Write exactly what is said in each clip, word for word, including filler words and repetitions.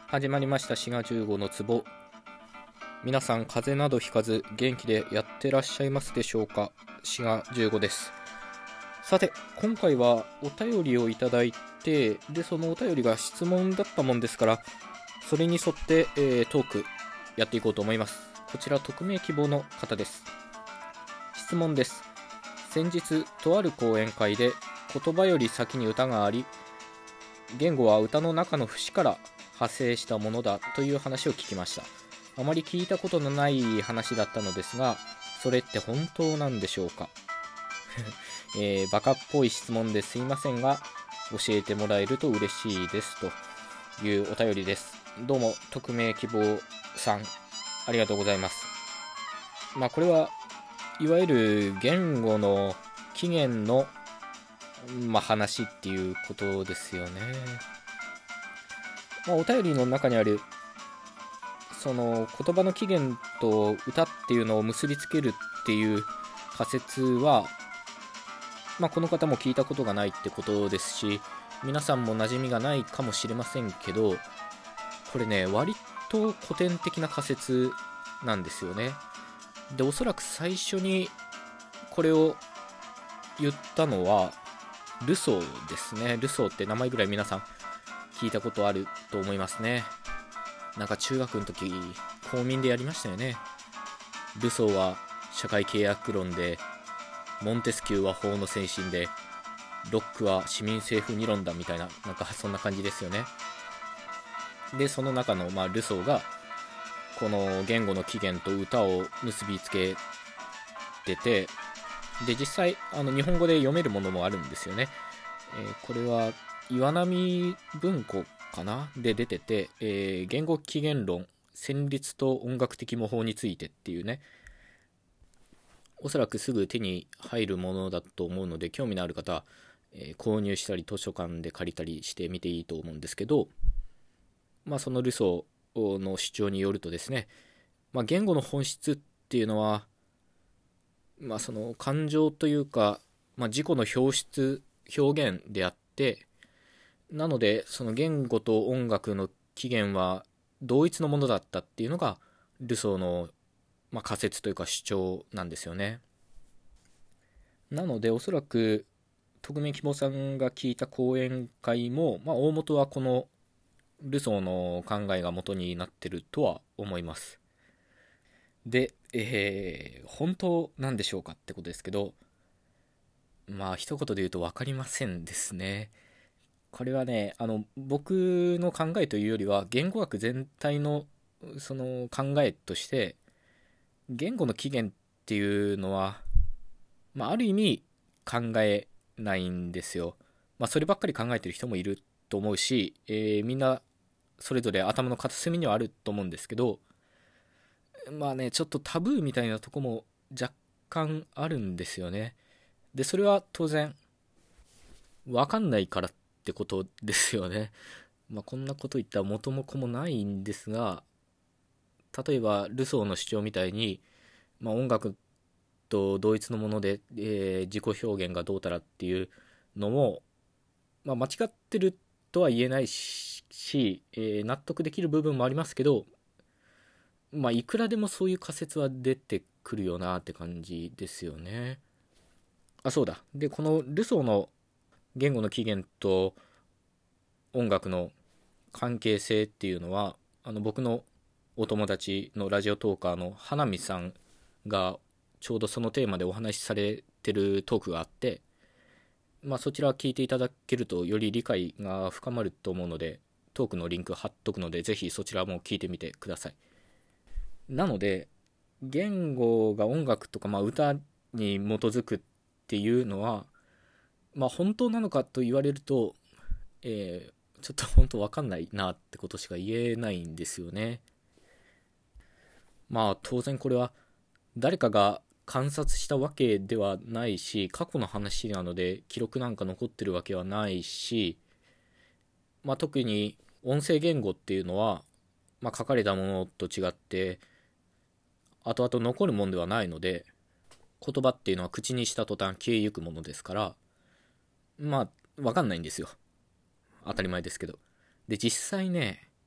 始まりましたしがじゅうごの壺。皆さん風邪などひかず元気でやってらっしゃいますでしょうか。しがじゅうごです。さて今回はお便りをいただいて、でそのお便りが質問だったもんですから、それに沿って、えー、トークやっていこうと思います。こちら匿名希望の方です。質問です。先日とある講演会で言葉より先に歌があり、言語は歌の中の節から派生したものだという話を聞きました。あまり聞いたことのない話だったのですが、それって本当なんでしょうか。えー、バカっぽい質問ですいませんが、教えてもらえると嬉しいですというお便りです。どうも匿名希望さん、ありがとうございます。まあこれはいわゆる言語の起源の、まあ、話っていうことですよね。まあ、お便りの中にあるその言葉の起源と歌っていうのを結びつけるっていう仮説は、まあ、この方も聞いたことがないってことですし、皆さんも馴染みがないかもしれませんけど、これね割と古典的な仮説なんですよね。でおそらく最初にこれを言ったのはルソーですね。ルソーって名前ぐらい皆さん聞いたことあると思いますね。なんか中学の時公民でやりましたよね。ルソーは社会契約論で、モンテスキューは法の先進で、ロックは市民政府理論だみたいな、なんかそんな感じですよね。でその中の、まあ、ルソーがこの言語の起源と歌を結びつけてて、で実際あの日本語で読めるものもあるんですよね。えー、これは岩波文庫かなで出てて、えー、言語起源論、旋律と音楽的模倣についてっていうね、おそらくすぐ手に入るものだと思うので、興味のある方は、えー、購入したり図書館で借りたりしてみていいと思うんですけど、まあそのルソーの主張によるとですね、まあ、言語の本質っていうのは、まあ、その感情というか、まあ、自己の表出表現であって、なのでその言語と音楽の起源は同一のものだったっていうのがルソーの、まあ、仮説というか主張なんですよね。なのでおそらく匿名希望さんが聞いた講演会も、まあ、大元はこのルソーの考えが元になってるとは思います。で、えー、本当なんでしょうかってことですけど、まあ一言で言うと分かりませんですね。これはね、あの僕の考えというよりは言語学全体のその考えとして、言語の起源っていうのは、まあ、ある意味考えないんですよ。まあそればっかり考えてる人もいると思うし、えー、みんなそれぞれ頭の片隅にはあると思うんですけど、まあねちょっとタブーみたいなとこも若干あるんですよね。でそれは当然分かんないからってことですよね。まあこんなこと言ったら元も子もないんですが、例えばルソーの主張みたいに、まあ、音楽と同一のもので、えー自己表現がどうたらっていうのも、まあ、間違ってるとは言えないし、えー納得できる部分もありますけど、まあいくらでもそういう仮説は出てくるよなって感じですよね。あ、そうだ。でこのルソーの言語の起源と音楽の関係性っていうのは、あの僕のお友達のラジオトーカーの花見さんがちょうどそのテーマでお話しされてるトークがあって、まあそちら聞いていただけるとより理解が深まると思うので、トークのリンク貼っとくのでぜひそちらも聞いてみてください。なので言語が音楽とか、まあ、歌に基づくっていうのは、まあ本当なのかと言われると、えー、ちょっと本当わかんないなってことしか言えないんですよね。まあ当然これは誰かが観察したわけではないし、過去の話なので記録なんか残ってるわけはないし、まあ特に音声言語っていうのは、まあ、書かれたものと違って後々残るもんではないので、言葉っていうのは口にした途端消えゆくものですから、まあ分かんないんですよ。当たり前ですけど。で実際ね、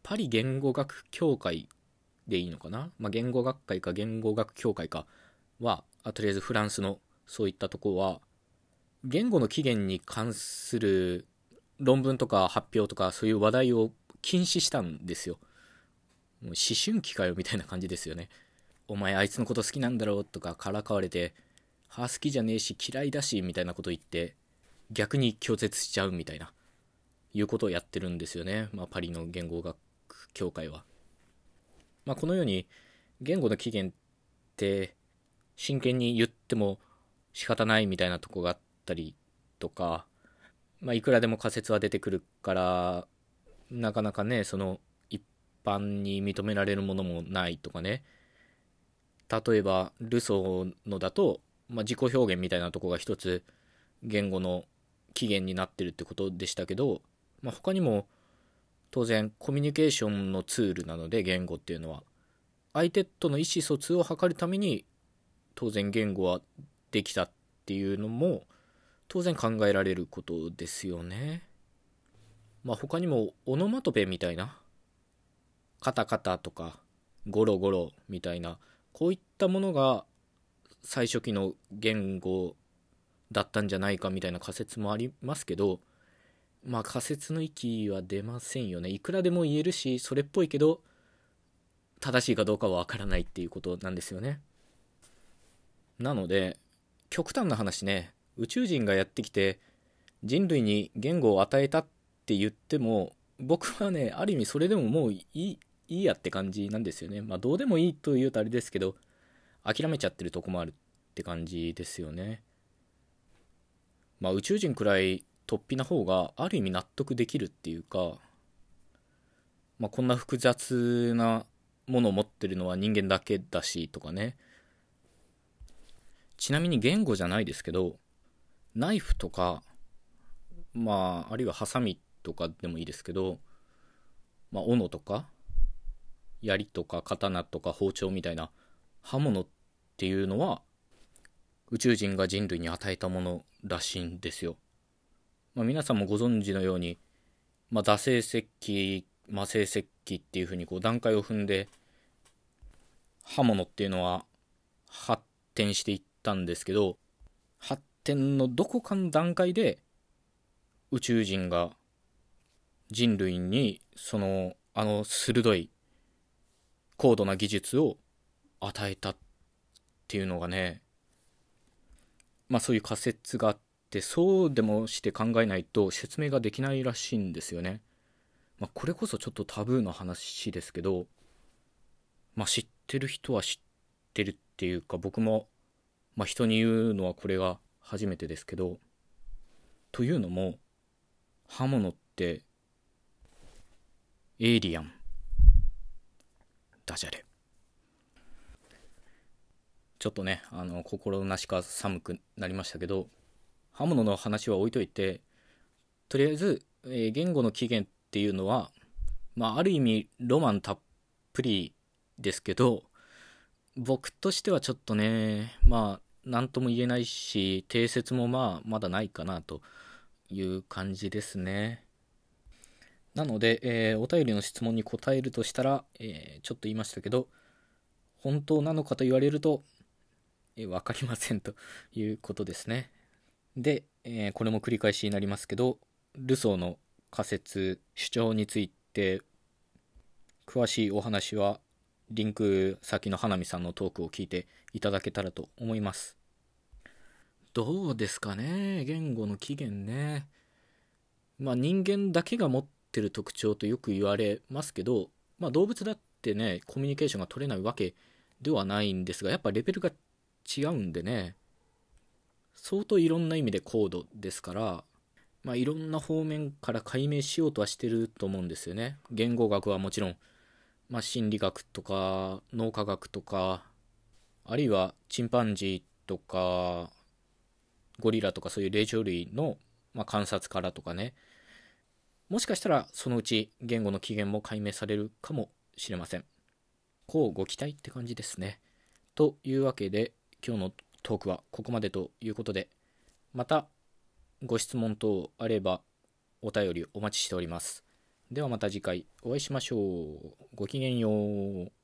パリ言語学協会でいいのかな、まあ、言語学会か言語学協会かは、とりあえずフランスのそういったところは、言語の起源に関する論文とか発表とかそういう話題を禁止したんですよ。もう思春期かよみたいな感じですよね。お前あいつのこと好きなんだろうとかからかわれて、はあ好きじゃねえし嫌いだしみたいなこと言って逆に拒絶しちゃうみたいないうことをやってるんですよね、まあ、パリの言語学協会は。まあ、このように言語の起源って真剣に言っても仕方ないみたいなとこがあったりとか、まあ、いくらでも仮説は出てくるからなかなかね、その一般に認められるものもないとかね。例えばルソーのだと、まあ、自己表現みたいなとこが一つ言語の起源になってるってことでしたけど、まあ、他にも当然コミュニケーションのツールなので、言語っていうのは相手との意思疎通を図るために当然言語はできたっていうのも当然考えられることですよね。まあ他にもオノマトペみたいな、カタカタとかゴロゴロみたいな、こういったものが最初期の言語だったんじゃないかみたいな仮説もありますけど、まあ仮説の域は出ませんよね。いくらでも言えるし、それっぽいけど正しいかどうかはわからないっていうことなんですよね。なので極端な話ね、宇宙人がやってきて人類に言語を与えたって言っても、僕はね、ある意味それでももういいいいやって感じなんですよね。まあどうでもいいというとあれですけど、諦めちゃってるとこもあるって感じですよね。まあ宇宙人くらい突飛な方がある意味納得できるっていうか、まあこんな複雑なものを持ってるのは人間だけだしとかね。ちなみに言語じゃないですけど、ナイフとか、まああるいはハサミとかでもいいですけど、まあ斧とか槍とか刀とか包丁みたいな刃物っていうのは宇宙人が人類に与えたものらしいんですよ。まあ、皆さんもご存知のように、まあ、惰性石器、魔性石器っていう風にこう段階を踏んで刃物っていうのは発展していったんですけど、発展のどこかの段階で宇宙人が人類にそのあの鋭い高度な技術を与えたっていうのがね、まあそういう仮説があって、そうでもして考えないと説明ができないらしいんですよね。まあこれこそちょっとタブーな話ですけど、まあ知ってる人は知ってるっていうか、僕もまあ人に言うのはこれが初めてですけど、というのも刃物ってエイリアン、ダジャレ。ちょっとね、あの心なしか寒くなりましたけど、刃物の話は置いといて、とりあえず、えー言語の起源っていうのは、まあある意味ロマンたっぷりですけど、僕としてはちょっとね、まあ何とも言えないし、定説もまあまだないかなという感じですね。なので、えーお便りの質問に答えるとしたら、えーちょっと言いましたけど、本当なのかと言われると、えー、分かりませんということですね。で、えーこれも繰り返しになりますけど、ルソーの仮説、主張について詳しいお話はリンク先の花見さんのトークを聞いていただけたらと思います。どうですかね、言語の起源ね。まあ人間だけが持ってる特徴とよく言われますけど、まあ動物だってね、コミュニケーションが取れないわけではないんですが、やっぱレベルが違うんでね、相当いろんな意味で高度ですから、まあいろんな方面から解明しようとはしてると思うんですよね。言語学はもちろん、まあ心理学とか脳科学とか、あるいはチンパンジーとかゴリラとかそういう霊長類の、まあ、観察からとかね、もしかしたらそのうち言語の起源も解明されるかもしれません。こうご期待って感じですね。というわけで今日のトークはここまでということで、またご質問等あればお便りお待ちしております。 ではまた次回お会いしましょう。ごきげんよう。